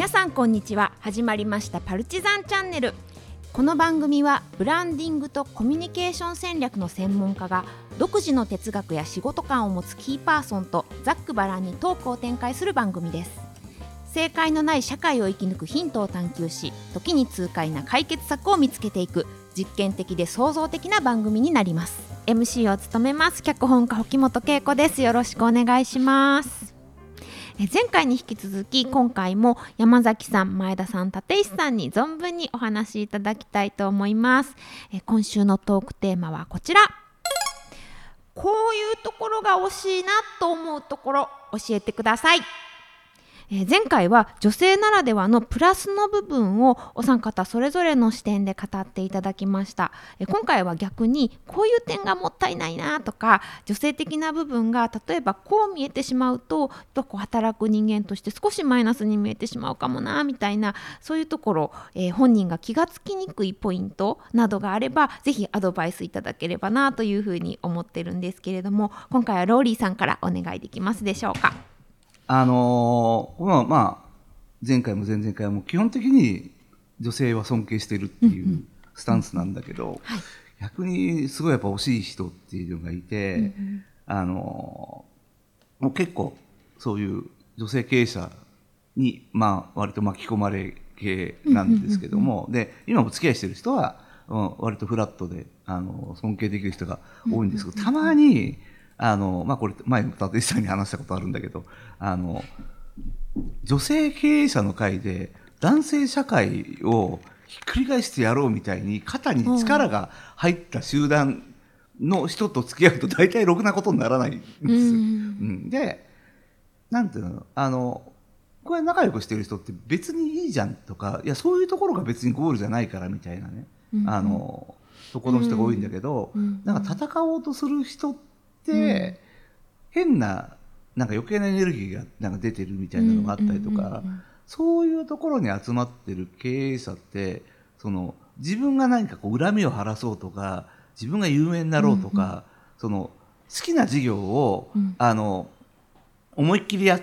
皆さんこんにちは。始まりましたパルチザンチャンネル。この番組はブランディングとコミュニケーション戦略の専門家が独自の哲学や仕事観を持つキーパーソンとざっくばらんにトークを展開する番組です。正解のない社会を生き抜くヒントを探求し、時に痛快な解決策を見つけていく実験的で創造的な番組になります。 MC を務めます脚本家沖本恵子です。よろしくお願いします。前回に引き続き今回も山崎さん、前田さん、立石さんに存分にお話しいただきたいと思います。今週のトークテーマはこちら。こういうところが惜しいなと思うところ教えてください。前回は女性ならではのプラスの部分をお三方それぞれの視点で語っていただきました。今回は逆にこういう点がもったいないなとか、女性的な部分が例えばこう見えてしまうと働く人間として少しマイナスに見えてしまうかもなみたいな、そういうところ、本人が気がつきにくいポイントなどがあればぜひアドバイスいただければなというふうに思ってるんですけれども、今回はローリーさんからお願いできますでしょうか。 前回も前々回も基本的に女性は尊敬してるっていうスタンスなんだけど、逆にすごいやっぱ惜しい人っていうのがいて、もう結構そういう女性経営者に割と巻き込まれ系なんですけども、で今も付き合いしてる人は割とフラットで尊敬できる人が多いんですけど、たまにこれ前も立石さんに話したことあるんだけど、女性経営者の会で男性社会をひっくり返してやろうみたいに肩に力が入った集団の人と付き合うと大体ろくなことにならないんですよ。で、なんていうの、これ仲良くしてる人って別にいいじゃんとか、いやそういうところが別にゴールじゃないからみたいなね、ところの人が多いんだけど、なんか戦おうとする人って変ななんか余計なエネルギーがなんか出てるみたいなのがあったりとか、そういうところに集まってる経営者って自分が何か恨みを晴らそうとか自分が有名になろうとか、好きな事業を、思いっきりやって、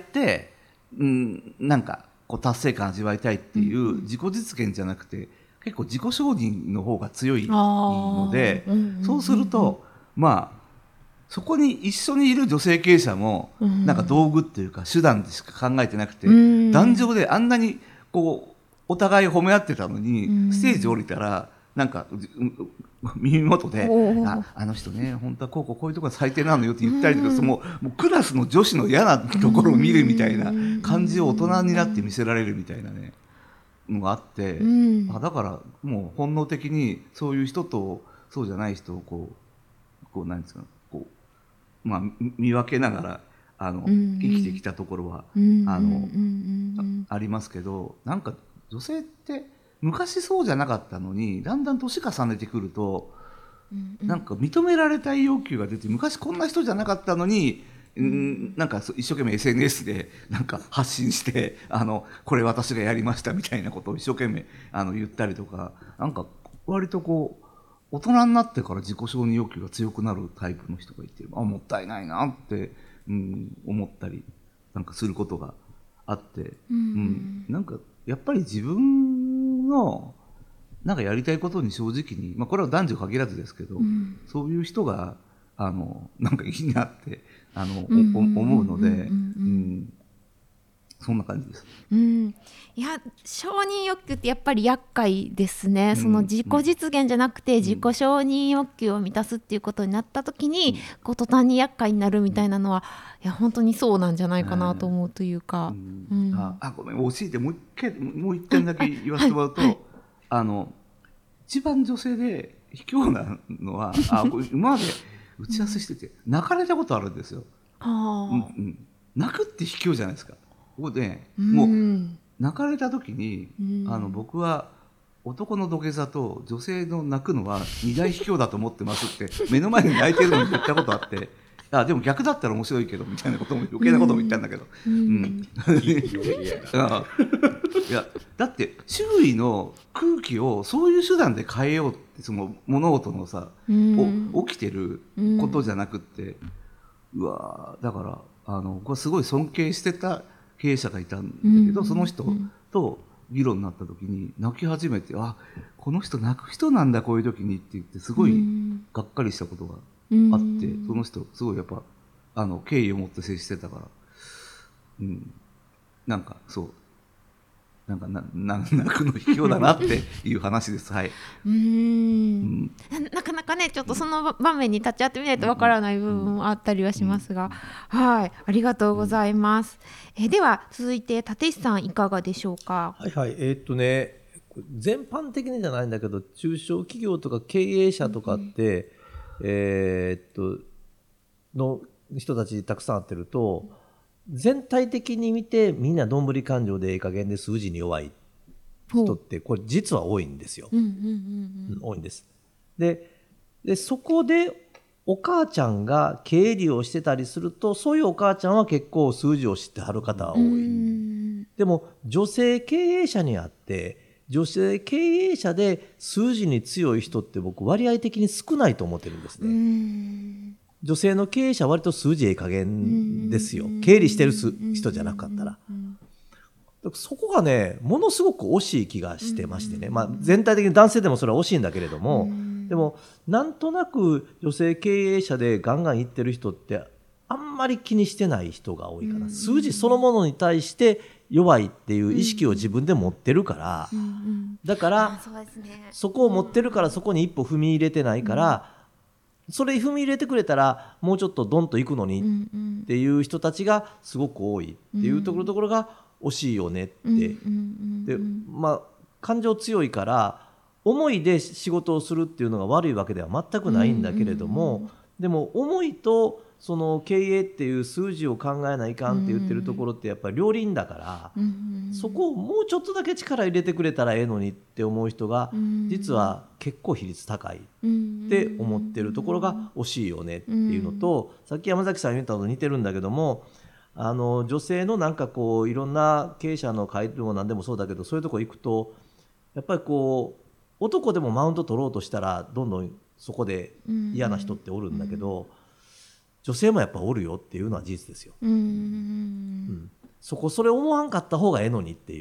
なんか達成感味わいたいっていう自己実現じゃなくて結構自己承認の方が強いので、そうするとそこに一緒にいる女性経営者もなんか道具っていうか手段でしか考えてなくて、壇上であんなにお互い褒め合ってたのに、ステージ降りたらなんか耳元であの人ね本当はこういうところが最低なのよって言ったりとか、もうクラスの女子の嫌なところを見るみたいな感じを大人になって見せられるみたいなねのがあって、だからもう本能的にそういう人とそうじゃない人を何ですか見分けながら生きてきたところはありますけど、なんか女性って昔そうじゃなかったのにだんだん年重ねてくるとなんか認められたい要求が出て、昔こんな人じゃなかったのになんか一生懸命 SNS でなんか発信してこれ私がやりましたみたいなことを一生懸命言ったりとか、なんか割と大人になってから自己承認欲求が強くなるタイプの人がいて、もったいないなって、思ったりなんかすることがあって、なんかやっぱり自分のなんかやりたいことに正直に、これは男女限らずですけど、そういう人がなんかいいなって思うので、そんな感じです。 いや承認欲求ってやっぱり厄介ですね。その自己実現じゃなくて自己承認欲求を満たすっていうことになった時に、途端に厄介になるみたいなのは、いや本当にそうなんじゃないかなと思うというか、 ごめん教えてもう一点だけ言わせてもらうと、一番女性で卑怯なのは今まで打ち合わせしてて泣かれたことあるんですよ。泣くって卑怯じゃないですか。ここでもう泣かれた時に僕は男の土下座と女性の泣くのは二大卑怯だと思ってますって目の前に泣いてるのに言ったことあって、でも逆だったら面白いけどみたいなことも余計なことも言ったんだけど、いやだって周囲の空気をそういう手段で変えようって、その物事のさ、起きてることじゃなくって、だから僕はすごい尊敬してた経営者がいたんだけど、その人と議論になった時に泣き始めて、あ、この人泣く人なんだこういう時にって言ってすごいがっかりしたことがあって、その人すごいやっぱ敬意を持って接してたから、なんかそうなんか泣くの卑怯だなっていう話です。はい。 なかなかねちょっとその場面に立ち会ってみないとわからない部分もあったりはしますが、はい、ありがとうございます。では続いて立石さんいかがでしょうか。 はいはい、全般的にじゃないんだけど、中小企業とか経営者とかって、の人たちたくさん会ってると、全体的に見てみんなどんぶり勘定でいい加減で数字に弱い人ってこれ実は多いんですよ。多いんです。でそこでお母ちゃんが経理をしてたりすると、そういうお母ちゃんは結構数字を知ってはる方が多い。でも女性経営者にあって女性経営者で数字に強い人って僕割合的に少ないと思ってるんですね。女性の経営者は割と数字ええ加減ですよ。経理してる人じゃなかったら。そこがねものすごく惜しい気がしてましてね、全体的に男性でもそれは惜しいんだけれども、でもなんとなく女性経営者でガンガンいってる人ってあんまり気にしてない人が多いかな。数字そのものに対して弱いっていう意識を自分で持ってるから、だからそこを持ってるからそこに一歩踏み入れてないから、それ踏み入れてくれたらもうちょっとドンと行くのにっていう人たちがすごく多いっていうところが惜しいよねって。で感情強いから思いで仕事をするっていうのが悪いわけでは全くないんだけれども、でも思いとその経営っていう数字を考えないかんって言ってるところってやっぱり両輪だから、そこをもうちょっとだけ力入れてくれたらええのにって思う人が実は結構比率高いって思ってるところが惜しいよねっていうのと、さっき山崎さん言ったのと似てるんだけども、女性のなんかこういろんな経営者の会でも何でもそうだけど、そういうとこ行くとやっぱりこう男でもマウント取ろうとしたらどんどんそこで嫌な人っておるんだけど、女性もやっぱおるよっていうのは事実ですよ。それ思わんかった方がええのにっていう。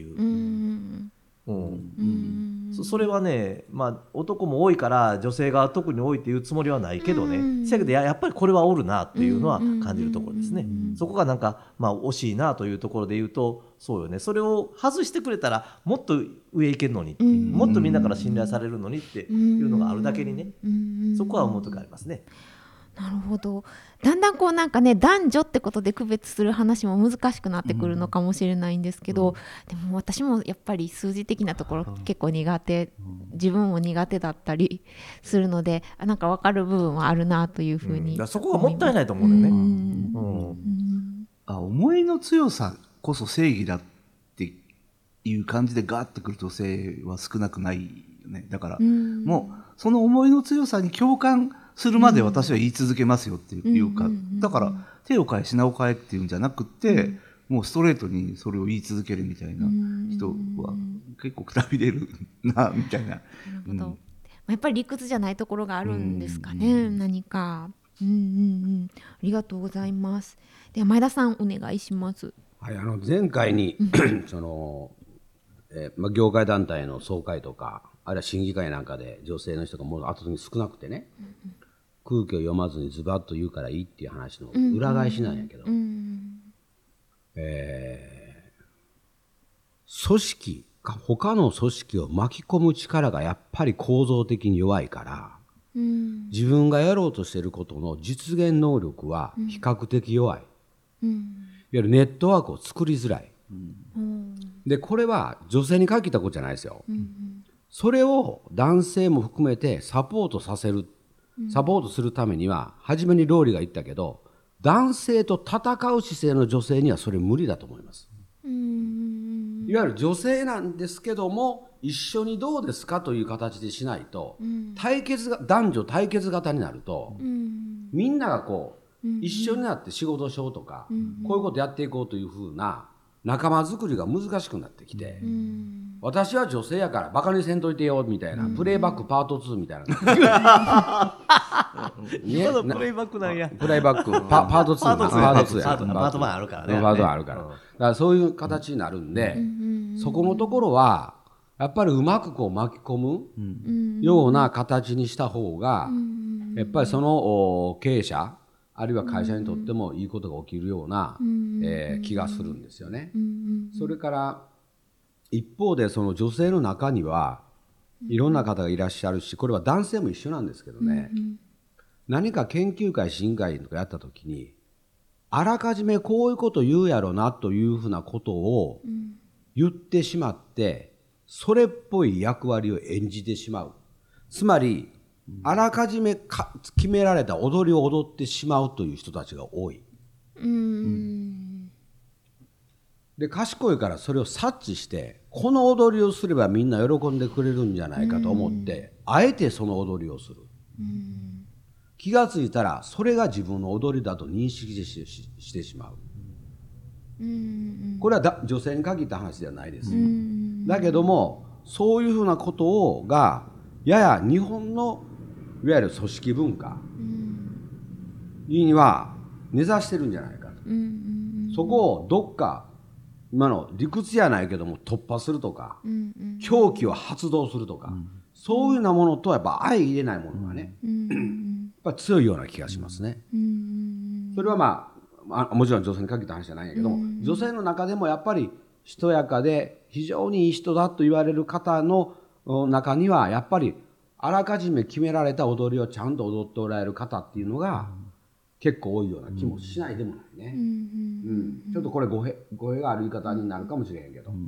それはね、男も多いから女性が特に多いっていうつもりはないけどね、せやけどやっぱりこれはおるなっていうのは感じるところですね。そこがなんか惜しいなというところで言うと、そうよね、それを外してくれたらもっと上行けるのに、もっとみんなから信頼されるのにっていうのがあるだけにね、そこは思うとこありますね。 なるほど。だんだんこうなんかね男女ってことで区別する話も難しくなってくるのかもしれないんですけど、でも私もやっぱり数字的なところ結構苦手、自分も苦手だったりするので、なんか分かる部分はあるなというふうに、 そこがもったいないと思うんだよね。 思いの強さこそ正義だっていう感じでガーッてくる女性は少なくないよね。だからもうその思いの強さに共感するまで私は言い続けますよっていうか、だから手を変え品を変えっていうんじゃなくて、もうストレートにそれを言い続けるみたいな人は結構くたびれるなみたいな。 なるほど。やっぱり理屈じゃないところがあるんですかね、何か。ありがとうございます。では前田さんお願いします。 はい、前回にその、業界団体の総会とかあるいは審議会なんかで女性の人がもう圧倒的に少なくてね、空気を読まずにズバッと言うからいいっていう話の裏返しなんやけど、組織他の組織を巻き込む力がやっぱり構造的に弱いから、自分がやろうとしていることの実現能力は比較的弱い、いわゆるネットワークを作りづらい、でこれは女性に限ったことじゃないですよ、それを男性も含めてサポートするためには、初めにローリーが言ったけど、男性と戦う姿勢の女性にはそれ無理だと思います。いわゆる女性なんですけども一緒にどうですかという形でしないと、男女対決型になると、みんながこう一緒になって仕事をしようとか、こういうことやっていこうというふうな仲間作りが難しくなってきて、私は女性やからバカにせんといてよみたいな、プレイバックパート2みたいな今のプレイバックなんや。 プレイバックパート2 パート2 パート2やパート1あるからね。 パート1あるからだからそういう形になるんで、そこのところはやっぱりうまくこう巻き込むような形にした方が、やっぱりその経営者あるいは会社にとってもいいことが起きるような気がするんですよね。それから一方でその女性の中にはいろんな方がいらっしゃるし、これは男性も一緒なんですけどね、何か研究会審議会とかやった時にあらかじめこういうこと言うやろなというふうなことを言ってしまって、それっぽい役割を演じてしまう。つまりあらかじめ決められた踊りを踊ってしまうという人たちが多い。で賢いからそれを察知して、この踊りをすればみんな喜んでくれるんじゃないかと思ってあえてその踊りをする。気がついたらそれが自分の踊りだと認識してしまう。これは女性に限った話ではないです。だけどもそういうふうなことがやや日本のいわゆる組織文化には根ざしてるんじゃないかと。そこをどっか今の理屈じゃないけども突破するとか、狂気を発動するとか、そういうようなものとやっぱ相入れないものがね、やっぱ強いような気がしますね。それはもちろん女性に限った話じゃないんやけども、女性の中でもやっぱりしとやかで非常にいい人だと言われる方の中にはやっぱりあらかじめ決められた踊りをちゃんと踊っておられる方っていうのが結構多いような気もしないでもないね。ちょっとこれ語弊がある言い方になるかもしれへんけど、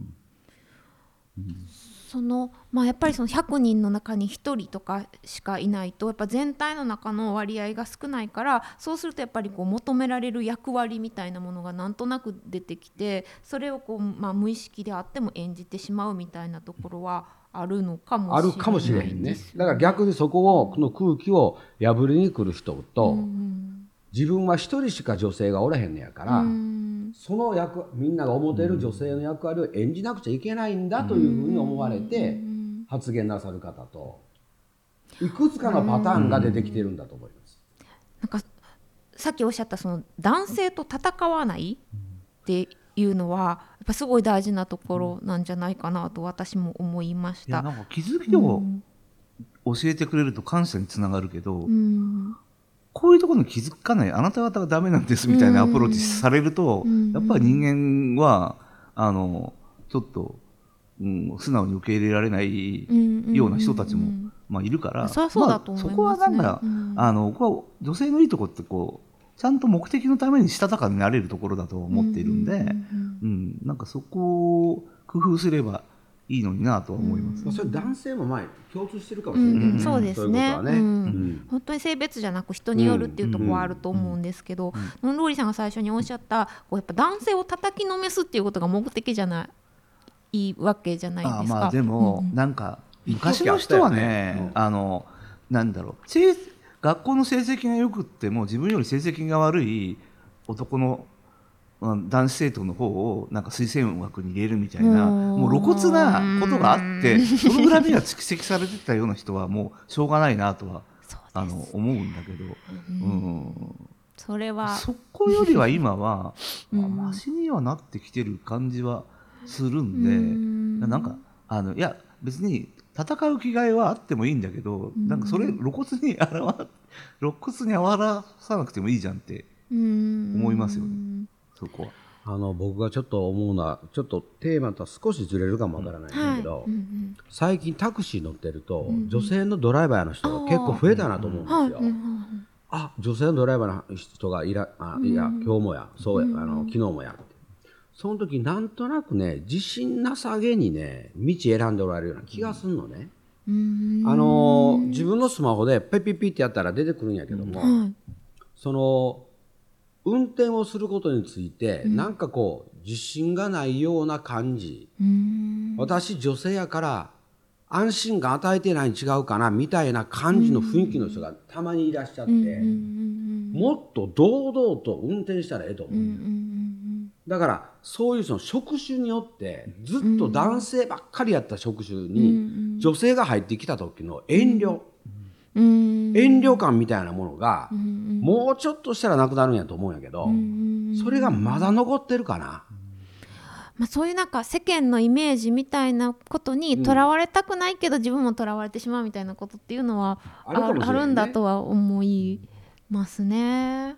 やっぱりその100人の中に1人とかしかいないとやっぱ全体の中の割合が少ないから、そうするとやっぱりこう求められる役割みたいなものがなんとなく出てきて、それをこう、無意識であっても演じてしまうみたいなところはあるのかもしれないですよね。 あるかもしれへんね。だから逆にそこの空気を破りに来る人と、自分は一人しか女性がおらへんのやから、そのみんなが思っている女性の役割を演じなくちゃいけないんだというふうに思われて発言なさる方と、いくつかのパターンが出てきてるんだと思います。 なんかさっきおっしゃったその男性と戦わないっていうのはやっぱすごい大事なところなんじゃないかなと私も思いました。 なんか気づきを教えてくれると感謝につながるけど、こういうところに気づかない、あなた方がダメなんですみたいなアプローチされると、やっぱり人間はちょっと、素直に受け入れられないような人たちも、いるから、 そこはなんか、僕は女性のいいとこってこうちゃんと目的のためにしたたかになれるところだと思っているんで、なんかそこを工夫すればいいのになとは思います。 それ男性も共通してるかもしれない。 そうですね。 そういうことはね、 本当に性別じゃなく人によるっていうところはあると思うんですけど、ローリーさんが最初におっしゃったこうやっぱ男性を叩きのめすっていうことが目的じゃないわけじゃないですか。 でも、なんか昔の人はね、なんだろう、学校の成績が良くっても自分より成績が悪い男の男子生徒の方をなんか推薦枠に入れるみたいな、もう露骨なことがあってその恨みが蓄積されてたような人はもうしょうがないなとは思うんだけど、 それはそこよりは今はマシにはなってきてる感じはするんで、なんかいや別に戦う気概はあってもいいんだけど、なんかそれ露骨に表さなくてもいいじゃんって思いますよね。そこは僕がちょっと思うのはちょっとテーマとは少しずれるかもわからないんだけど、最近タクシー乗ってると、女性のドライバーの人が結構増えたなと思うんですよ。女性のドライバーの人がいや今日もやそうや昨日もやって、その時なんとなくね自信なさげにね道選んでおられるような気がするのね。自分のスマホでペッピッピってやったら出てくるんやけども、その運転をすることについて、なんかこう自信がないような感じ、私女性やから安心感与えてないに違うかなみたいな感じの雰囲気の人がたまにいらっしゃって、もっと堂々と運転したらええと思う、 だからそういうその職種によってずっと男性ばっかりやった職種に女性が入ってきた時の遠慮、遠慮感みたいなものがもうちょっとしたらなくなるんやと思うんやけど、それがまだ残ってるかな。 まあ、そういうなんか世間のイメージみたいなことにとらわれたくないけど自分もとらわれてしまうみたいなことっていうのはあるんだとは思いますね。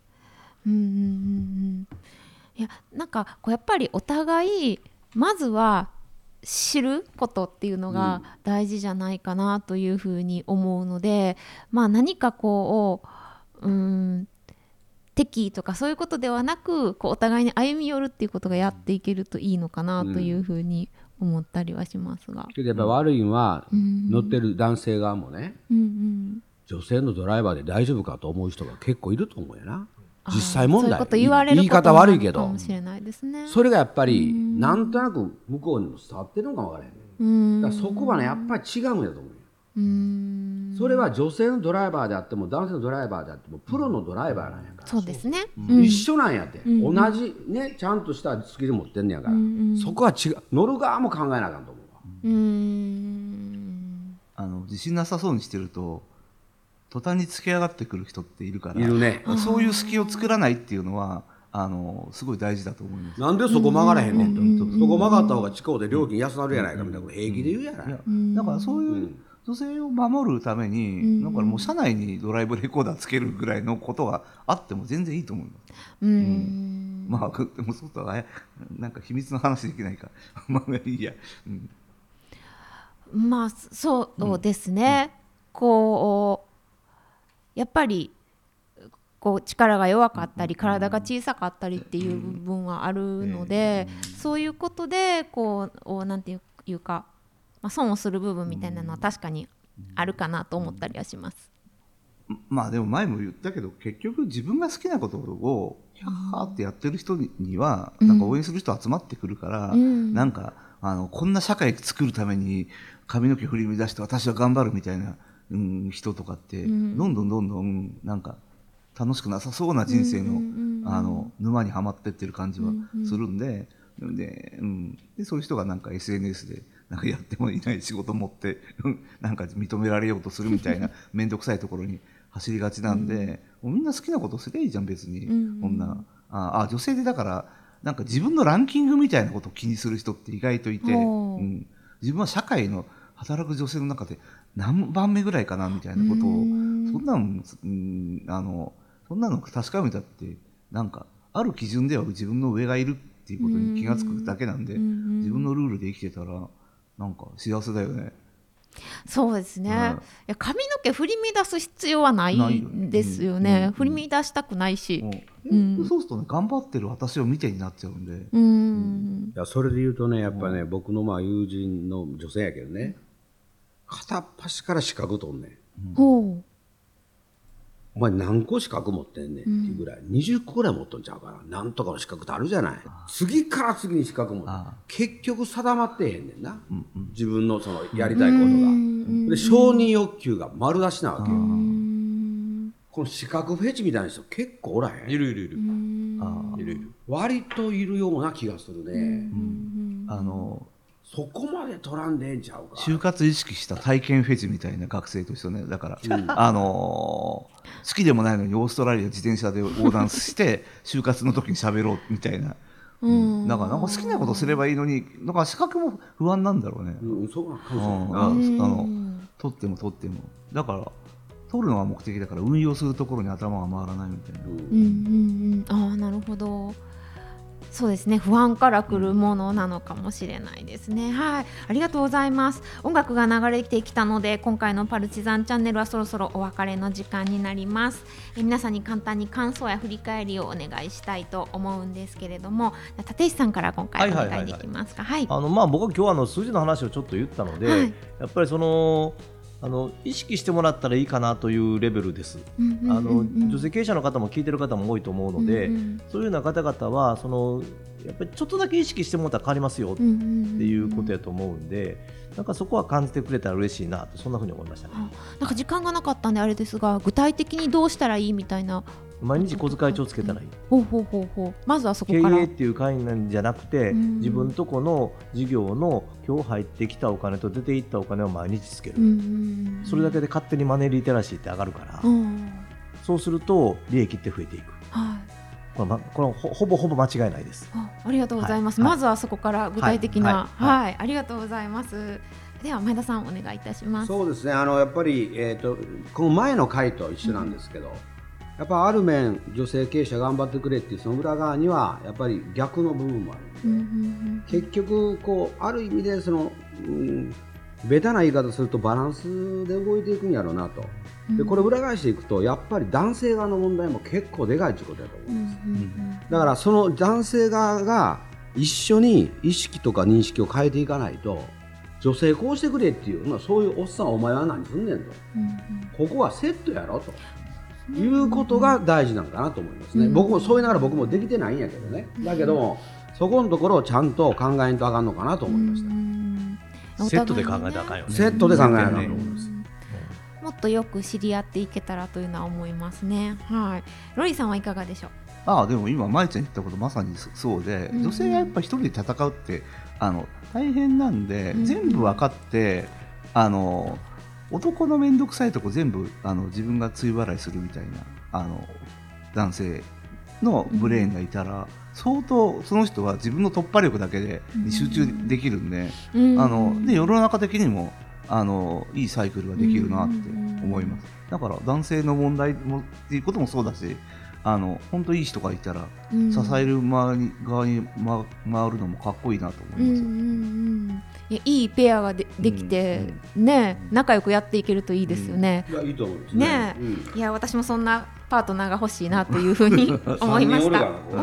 いやなんかこうやっぱりお互いまずは知ることっていうのが大事じゃないかなというふうに思うので、まあ何かこう敵意とかそういうことではなくこうお互いに歩み寄るっていうことがやっていけるといいのかなというふうに思ったりはしますが、 けどやっぱ悪いのは乗ってる男性側もね、女性のドライバーで大丈夫かと思う人が結構いると思うよな。実際問題、言い方悪いけど、それがやっぱりなんとなく向こうにも伝わってるのかもわからへん。だからそこはねやっぱり違うんやと思うよ。それは女性のドライバーであっても男性のドライバーであってもプロのドライバーなんやから、 そうですね、 一緒なんやって、同じねちゃんとしたスキル持ってんねやから、そこは違う。乗る側も考えなあかんと思うわ。 自信なさそうにしてると途端につけ上がってくる人っているから、 いるね。 そういう隙を作らないっていうのはすごい大事だと思います。 なんでそこ曲がらへんねんと、そこ曲がった方が地方で料金安なるやないかみたいなこと平気で言うやない。 だからそういう女性を守るために、だからもう車内にドライブレコーダーつけるぐらいのことがあっても全然いいと思います。まあでもそうだね、なんか秘密の話できないからまあいいや。 まあそうですね、こうやっぱりこう力が弱かったり体が小さかったりっていう部分はあるので、そういうことでこうなんていうか、まあ、損をする部分みたいなのは確かにあるかなと思ったりはします。 まあでも前も言ったけど結局自分が好きなことをキャッハーってやってる人にはなんか応援する人集まってくるから、なんかこんな社会作るために髪の毛振り乱して私は頑張るみたいな人とかって、どんどんなんか楽しくなさそうな人生の、沼にはまってってる感じはするんで、でそういう人がなんか SNS でなんかやってもいない仕事持ってなんか認められようとするみたいな面倒くさいところに走りがちなんで、もうみんな好きなことすればいいじゃん別に。こんな女性でだからなんか自分のランキングみたいなことを気にする人って意外といて、自分は社会の働く女性の中で何番目ぐらいかなみたいなことをそんなの確かめたってなんかある基準では自分の上がいるっていうことに気がつくだけなんで、自分のルールで生きてたらなんか幸せだよね。 そうですね、いや髪の毛振り乱す必要はないですよね。振り乱したくないし、 そうするとね頑張ってる私を見てになっちゃうんで、 いやそれで言うとねやっぱね、僕の友人の女性やけどね、片っ端から資格取んねん。お前何個資格持ってんねんっていうぐらい、20個ぐらい持っとんちゃうかな。なんとかの資格ってあるじゃない。次から次に資格持って結局定まってへんねんな、自分のそのやりたいことが。で承認欲求が丸出しなわけよ。この資格フェチみたいな人結構おらへん。 いる割といるような気がするね。そこまで取らんでええんちゃうか。 就活意識した体験フェチみたいな学生としてね、だから、好きでもないのにオーストラリア自転車で横断して就活の時に喋ろうみたいな、なんか好きなことすればいいのに、なんか資格も不安なんだろうね。 そうかもしれない。 取ってもだから取るのが目的だから運用するところに頭が回らないみたいな。 なるほど。そうですね、不安から来るものなのかもしれないですね。はい、ありがとうございます。音楽が流れてきたので今回のパルチザンチャンネルはそろそろお別れの時間になります。皆さんに簡単に感想や振り返りをお願いしたいと思うんですけれども、立石さんから今回お願いできますか。 僕は今日数字の話をちょっと言ったので、やっぱり意識してもらったらいいかなというレベルです。女性経営者の方も聞いてる方も多いと思うので、そういうような方々はやっぱりちょっとだけ意識してもらったら変わりますよっていうことやと思うんで、なんかそこは感じてくれたら嬉しいなと、そんなふうに思いましたね。 なんか時間がなかったんであれですが、具体的にどうしたらいいみたいな毎日小遣い帳つけたらいい。 ほうほうほうほう。まずはそこ経から。 営っていう概念じゃなくて、自分とこの事業の今日入ってきたお金と出ていったお金を毎日つける。それだけで勝手にマネーリテラシーって上がるから、そうすると利益って増えていく。これほぼほぼ間違いないです。 ありがとうございます。まずはそこから具体的な、ありがとうございます。では前田さんお願いいたします。 そうですね。やっぱりこの前の回と一緒なんですけど、やっぱある面女性経営者頑張ってくれっていうその裏側にはやっぱり逆の部分もあるので、結局こうある意味でベタな言い方するとバランスで動いていくんやろうなと。でこれ裏返していくとやっぱり男性側の問題も結構でかいということだと思うんです。だからその男性側が一緒に意識とか認識を変えていかないと、女性こうしてくれっていう、そういうおっさんお前は何すんねんと、ここはセットやろということが大事なのかなと思いますね。僕もそう言いながら僕もできてないんやけどね。だけどもそこのところをちゃんと考えんとあかんのかなと思いました。 セットで考えたらあかんよね。 セットで考えなあかんと思います。 もっとよく知り合っていけたらというのは思いますね。ロリーさんはいかがでしょう。 でも今舞ちゃん言ったことまさにそうで、女性がやっぱ一人で戦うって大変なんで、全部分かって男の面倒くさいとこ全部自分が追払いするみたいな男性のブレーンがいたら、相当その人は自分の突破力だけで集中できるんで、で世の中的にもいいサイクルができるなって思います。だから男性の問題もっていうこともそうだし、本当いい人がいたら支える側に回るのもかっこいいなと思います。 いいペアが できて、仲良くやっていけるといいですよね。 いいと思うんですね。 いや私もそんなパートナーが欲しいなというふうに思いました。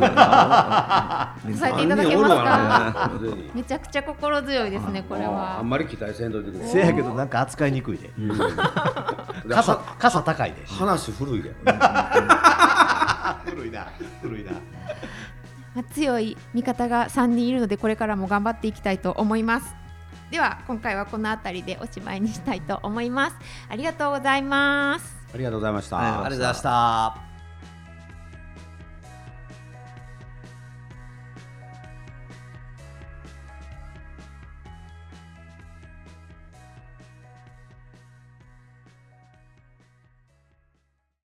支えていただけますか。めちゃくちゃ心強いですね、これは。 あんまり期待せんといてくれ。 せやけどなんか扱いにくいで。傘高いで。 話古いで。 古いな。 強い味方が3人いるので、これからも頑張っていきたいと思います。では今回はこのあたりでおしまいにしたいと思います。ありがとうございます。 ありがとうございました。 ありがとうございました。